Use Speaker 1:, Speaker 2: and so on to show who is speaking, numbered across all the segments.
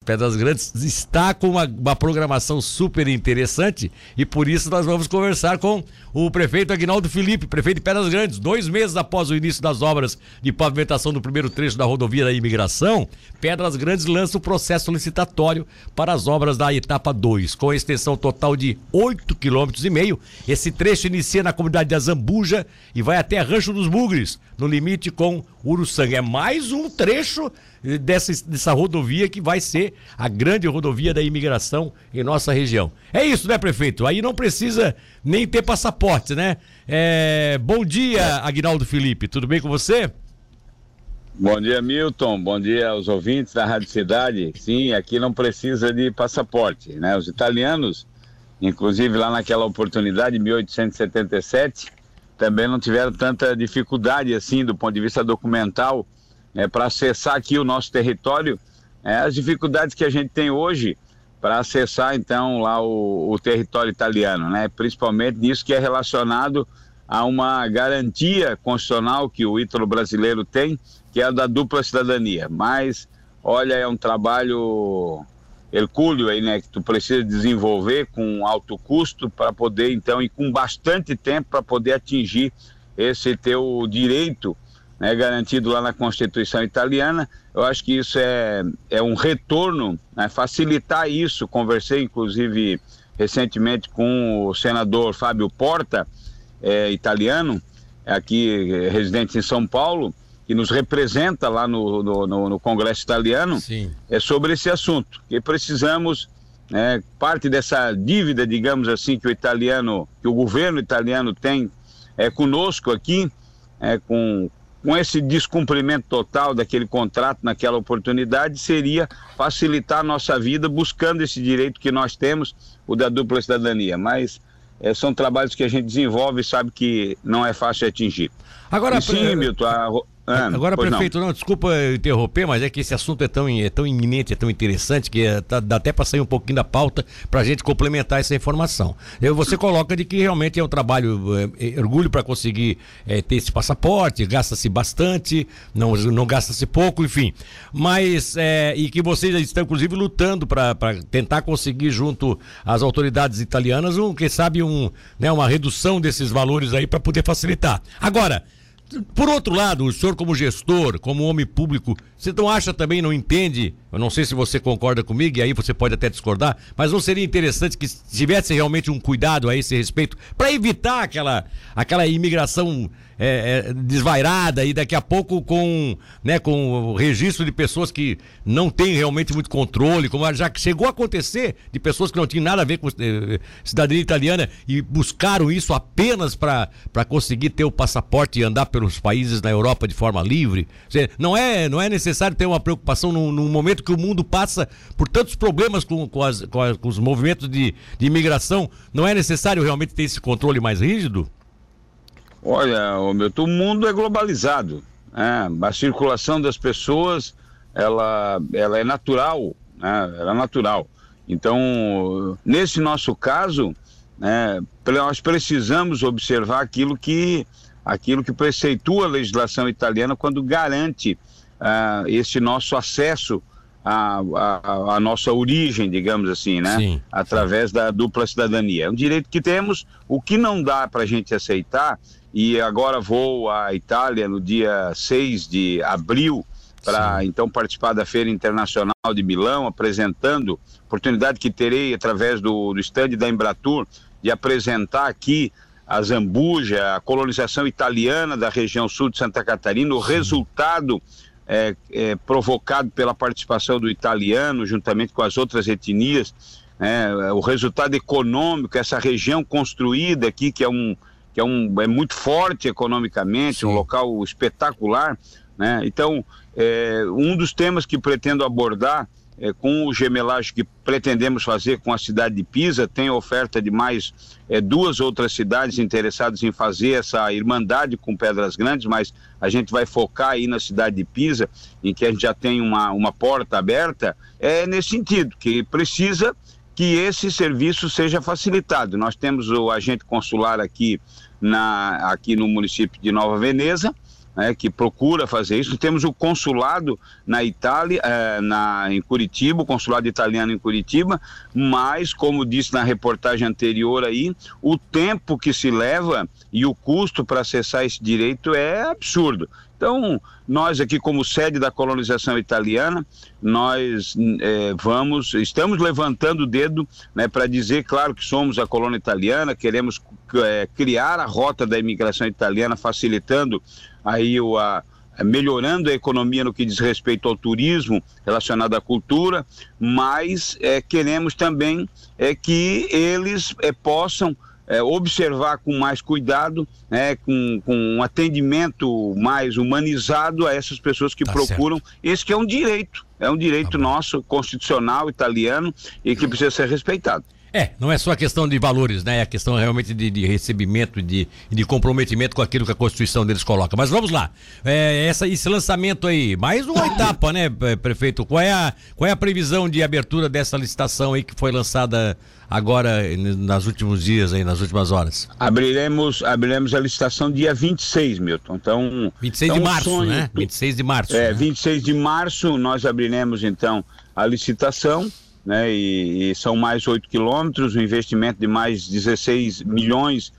Speaker 1: Pedras Grandes está com uma programação super interessante e por isso nós vamos conversar com o prefeito Aguinaldo Felipe, prefeito de Pedras Grandes. 2 meses após o início das obras de pavimentação do primeiro trecho da rodovia da imigração, Pedras Grandes lança o processo licitatório para as obras da etapa 2, com extensão total de 8,5 km. Esse trecho inicia na comunidade de Azambuja e vai até Rancho dos Bugres, no limite com Uruçanga. É mais um trecho dessa rodovia que vai ser a grande rodovia da imigração em nossa região. É isso, né, prefeito? Aí não precisa nem ter passaporte, né? Bom dia, Aguinaldo Felipe, tudo bem com você?
Speaker 2: Bom dia, Milton, bom dia aos ouvintes da Rádio Cidade. Sim, aqui não precisa de passaporte, né? Os italianos, inclusive lá naquela oportunidade, em 1877, também não tiveram tanta dificuldade assim do ponto de vista documental para acessar aqui o nosso território, as dificuldades que a gente tem hoje para acessar então lá o território italiano, né? Principalmente nisso que é relacionado a uma garantia constitucional que o ítalo brasileiro tem, que é a da dupla cidadania. Mas, olha, é um trabalho hercúleo aí, né, que tu precisa desenvolver com alto custo para poder, então, e com bastante tempo para poder atingir esse teu direito, né, garantido lá na Constituição italiana. Eu acho que isso é um retorno, né, facilitar isso. Conversei, inclusive, recentemente com o senador Fábio Porta, italiano, aqui residente em São Paulo, que nos representa lá no Congresso italiano. Sim. Sobre esse assunto, que precisamos, parte dessa dívida, digamos assim, que o governo italiano tem conosco aqui, com esse descumprimento total daquele contrato naquela oportunidade, seria facilitar a nossa vida buscando esse direito que nós temos, o da dupla cidadania. Mas são trabalhos que a gente desenvolve e sabe que não é fácil de atingir.
Speaker 1: Agora,
Speaker 2: sim, Milton,
Speaker 1: agora, prefeito, não, desculpa interromper, mas é que esse assunto é tão iminente, é tão interessante que dá até para sair um pouquinho da pauta para a gente complementar essa informação. Você coloca de que realmente é um trabalho, orgulho para conseguir ter esse passaporte, gasta-se bastante, não gasta-se pouco, enfim. Mas, e que vocês estão, inclusive, lutando para tentar conseguir junto às autoridades italianas, quem sabe, uma redução desses valores aí para poder facilitar. Agora, por outro lado, o senhor como gestor, como homem público, você não acha também, não entende, eu não sei se você concorda comigo, e aí você pode até discordar, mas não seria interessante que tivesse realmente um cuidado a esse respeito, para evitar aquela imigração desvairada e daqui a pouco com o registro de pessoas que não têm realmente muito controle, como já que chegou a acontecer de pessoas que não tinham nada a ver com cidadania italiana e buscaram isso apenas para conseguir ter o passaporte e andar pelos países na Europa de forma livre. Não é necessário ter uma preocupação num momento que o mundo passa por tantos problemas com os movimentos de imigração. Não é necessário realmente ter esse controle mais rígido?
Speaker 2: Olha, o mundo é globalizado, né? A circulação das pessoas, ela é natural, né? Ela é natural. Então, nesse nosso caso, nós precisamos observar aquilo que preceitua a legislação italiana quando garante esse nosso acesso à nossa origem, digamos assim, né? Sim, através da dupla cidadania. É um direito que temos. O que não dá para a gente aceitar, e agora vou à Itália no dia 6 de abril para então participar da Feira Internacional de Milão, apresentando, oportunidade que terei através do stand da Embratur, de apresentar aqui a Zambuja, a colonização italiana da região sul de Santa Catarina, o resultado provocado pela participação do italiano, juntamente com as outras etnias, o resultado econômico, essa região construída aqui, que é muito forte economicamente, um local espetacular, né? Então, um dos temas que pretendo abordar com o gemelagem que pretendemos fazer com a cidade de Pisa, tem oferta de mais 2 outras cidades interessadas em fazer essa irmandade com Pedras Grandes, mas a gente vai focar aí na cidade de Pisa, em que a gente já tem uma porta aberta, nesse sentido, que precisa que esse serviço seja facilitado. Nós temos o agente consular aqui no município de Nova Veneza, né, que procura fazer isso. Temos o consulado na Itália, em Curitiba, o consulado italiano em Curitiba, mas, como disse na reportagem anterior aí, o tempo que se leva e o custo para acessar esse direito é absurdo. Então, nós aqui como sede da colonização italiana, nós estamos levantando o dedo, né, para dizer, claro, que somos a colônia italiana, queremos criar a rota da imigração italiana, facilitando aí melhorando a economia no que diz respeito ao turismo relacionado à cultura, mas queremos também que eles possam observar com mais cuidado, né, com um atendimento mais humanizado a essas pessoas que procuram, certo. Esse que é um direito nosso, constitucional, italiano, e que precisa ser respeitado.
Speaker 1: Não é só a questão de valores, né? É a questão realmente de recebimento e de comprometimento com aquilo que a Constituição deles coloca. Mas vamos lá, esse lançamento aí, mais uma etapa, né, prefeito? Qual é a previsão de abertura dessa licitação aí que foi lançada agora nos últimos dias, aí, nas últimas horas? Abriremos
Speaker 2: a licitação dia 26, Milton. Então,
Speaker 1: 26 de março, né? 26 de março.
Speaker 2: Né? 26 de março nós abriremos então a licitação, né, e são mais 8 quilômetros, um investimento de mais 16 milhões,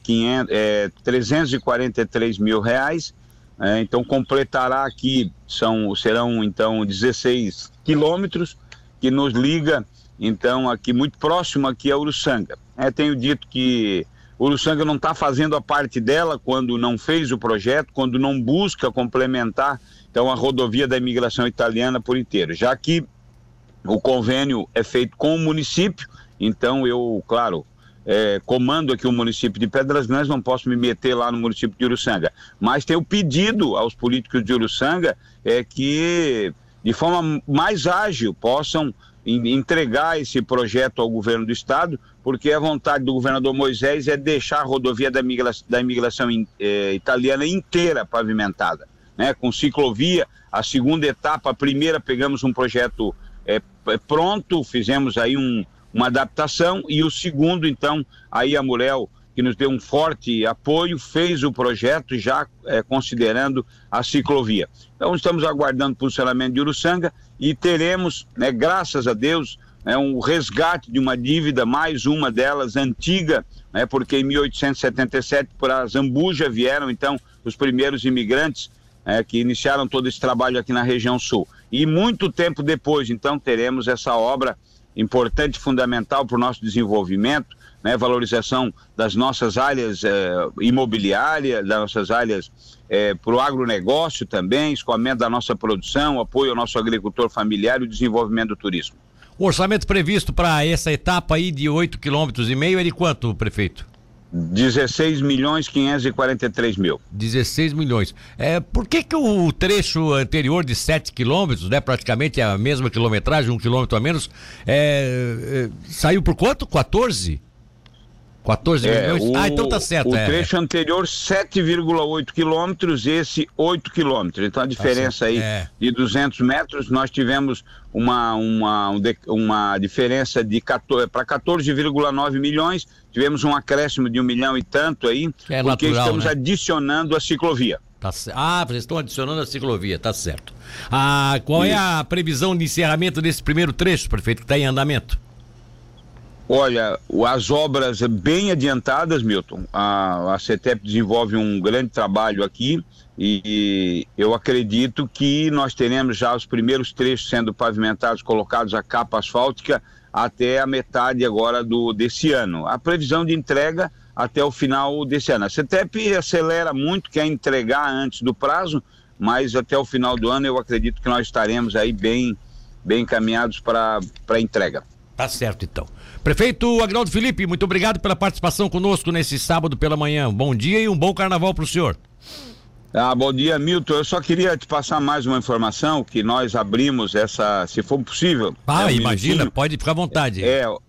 Speaker 2: 343 mil reais, então completará aqui, serão então 16 quilômetros, que nos liga então aqui muito próximo aqui a Uruçanga. Tenho dito que Uruçanga não está fazendo a parte dela quando não fez o projeto, quando não busca complementar então a rodovia da imigração italiana por inteiro, já que o convênio é feito com o município, então eu, claro, comando aqui o município de Pedras Grandes, não posso me meter lá no município de Uruçanga, mas tenho pedido aos políticos de Uruçanga que, de forma mais ágil, possam entregar esse projeto ao governo do estado, porque a vontade do governador Moisés é deixar a rodovia da imigração italiana inteira pavimentada, né, com ciclovia. A segunda etapa, a primeira pegamos um projeto pronto, fizemos aí uma adaptação, e o segundo, então, aí a Murel, que nos deu um forte apoio, fez o projeto já considerando a ciclovia. Então estamos aguardando o posicionamento de Uruçanga e teremos, né, graças a Deus, um resgate de uma dívida, mais uma delas antiga, né, porque em 1877 para Zambuja vieram então os primeiros imigrantes que iniciaram todo esse trabalho aqui na região sul. E muito tempo depois, então, teremos essa obra importante, fundamental para o nosso desenvolvimento, né, valorização das nossas áreas imobiliárias, das nossas áreas para o agronegócio também, escoamento da nossa produção, apoio ao nosso agricultor familiar e o desenvolvimento do turismo.
Speaker 1: O orçamento previsto para essa etapa aí de 8,5 km é de quanto, prefeito?
Speaker 2: 16.543.000.
Speaker 1: 16 milhões. Por que o trecho anterior de 7 quilômetros, né, praticamente a mesma quilometragem, 1 quilômetro a menos, saiu por quanto? 14? 14 milhões? Então tá certo.
Speaker 2: O trecho anterior, 7,8 quilômetros, esse 8 quilômetros. Então a diferença aí de 200 metros, nós tivemos uma diferença para 14,9 milhões, tivemos um acréscimo de 1 milhão e tanto aí, porque natural, estamos adicionando a ciclovia.
Speaker 1: Vocês estão adicionando a ciclovia, tá certo. Qual é a previsão de encerramento desse primeiro trecho, prefeito, que está em andamento?
Speaker 2: Olha, as obras bem adiantadas, Milton. A CETEP desenvolve um grande trabalho aqui e eu acredito que nós teremos já os primeiros trechos sendo pavimentados, colocados a capa asfáltica até a metade agora desse ano. A previsão de entrega até o final desse ano. A CETEP acelera muito, quer entregar antes do prazo, mas até o final do ano eu acredito que nós estaremos aí bem encaminhados para a entrega.
Speaker 1: Tá certo, então. Prefeito Agnaldo Felipe, muito obrigado pela participação conosco nesse sábado pela manhã. Bom dia e um bom carnaval para o senhor.
Speaker 2: Bom dia, Milton. Eu só queria te passar mais uma informação, que nós abrimos se for possível.
Speaker 1: Imagina, pode ficar à vontade.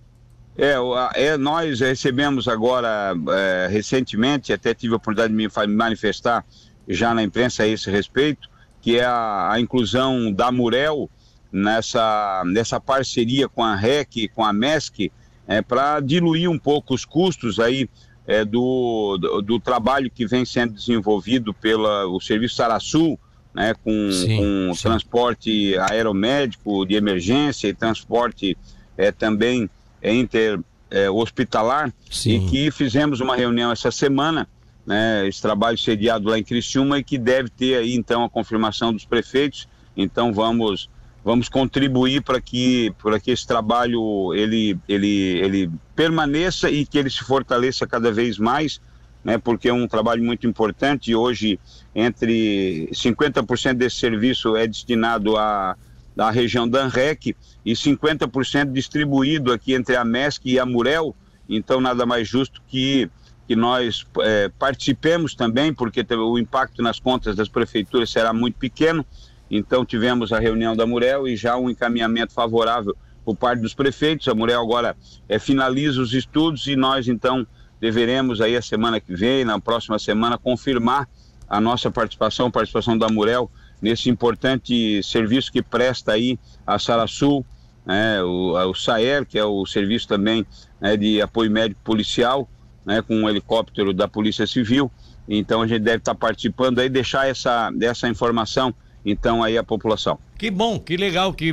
Speaker 2: Nós recebemos agora, recentemente, até tive a oportunidade de me manifestar já na imprensa a esse respeito, que é a inclusão da Murel nessa parceria com a REC, com a MESC, para diluir um pouco os custos aí do trabalho que vem sendo desenvolvido pelo Serviço Sarasul, né, com transporte aeromédico de emergência e transporte também hospitalar, e que fizemos uma reunião essa semana, né, esse trabalho sediado lá em Criciúma, e que deve ter aí então a confirmação dos prefeitos. Então vamos contribuir para que esse trabalho ele permaneça e que ele se fortaleça cada vez mais, né, porque é um trabalho muito importante. E hoje, entre 50% desse serviço é destinado à região da ANREC e 50% distribuído aqui entre a MESC e a Murel. Então nada mais justo que nós participemos também, porque o impacto nas contas das prefeituras será muito pequeno. Então tivemos a reunião da Murel e já um encaminhamento favorável por parte dos prefeitos. A Murel agora finaliza os estudos e nós então deveremos aí a semana que vem, na próxima semana, confirmar a nossa participação, a participação da Murel nesse importante serviço que presta aí a Sarasul, né, o SAER, que é o serviço também, né, de apoio médico policial, né, com um helicóptero da Polícia Civil. Então a gente deve estar participando aí, deixar essa informação então aí a população.
Speaker 1: Que bom, que legal, que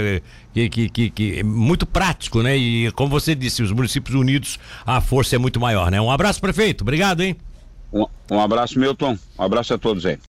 Speaker 1: muito prático, né? E como você disse, os municípios unidos, a força é muito maior, né? Um abraço, prefeito, obrigado, hein?
Speaker 2: Um abraço, Milton, um abraço a todos aí.